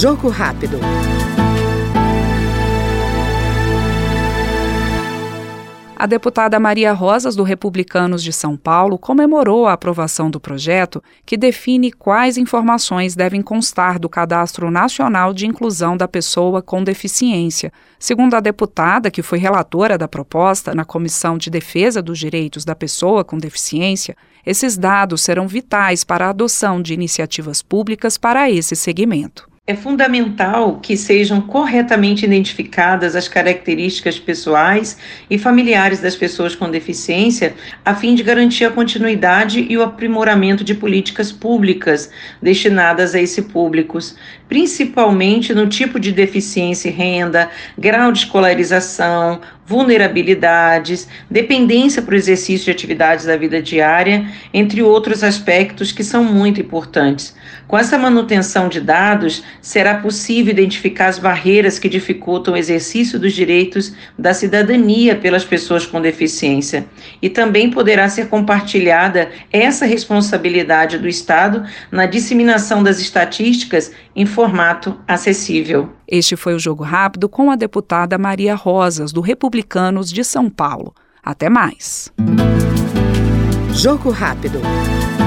Jogo rápido. A deputada Maria Rosas, do Republicanos de São Paulo, comemorou a aprovação do projeto que define quais informações devem constar do Cadastro Nacional de Inclusão da Pessoa com Deficiência. Segundo a deputada, que foi relatora da proposta na Comissão de Defesa dos Direitos da Pessoa com Deficiência, esses dados serão vitais para a adoção de iniciativas públicas para esse segmento. É fundamental que sejam corretamente identificadas as características pessoais e familiares das pessoas com deficiência, a fim de garantir a continuidade e o aprimoramento de políticas públicas destinadas a esse público, principalmente no tipo de deficiência e renda, grau de escolarização, vulnerabilidades, dependência para o exercício de atividades da vida diária, entre outros aspectos que são muito importantes. Com essa manutenção de dados, será possível identificar as barreiras que dificultam o exercício dos direitos da cidadania pelas pessoas com deficiência. E também poderá ser compartilhada essa responsabilidade do Estado na disseminação das estatísticas em formato acessível. Este foi o Jogo Rápido com a deputada Maria Rosas, do Republicanos de São Paulo. Até mais. Jogo Rápido.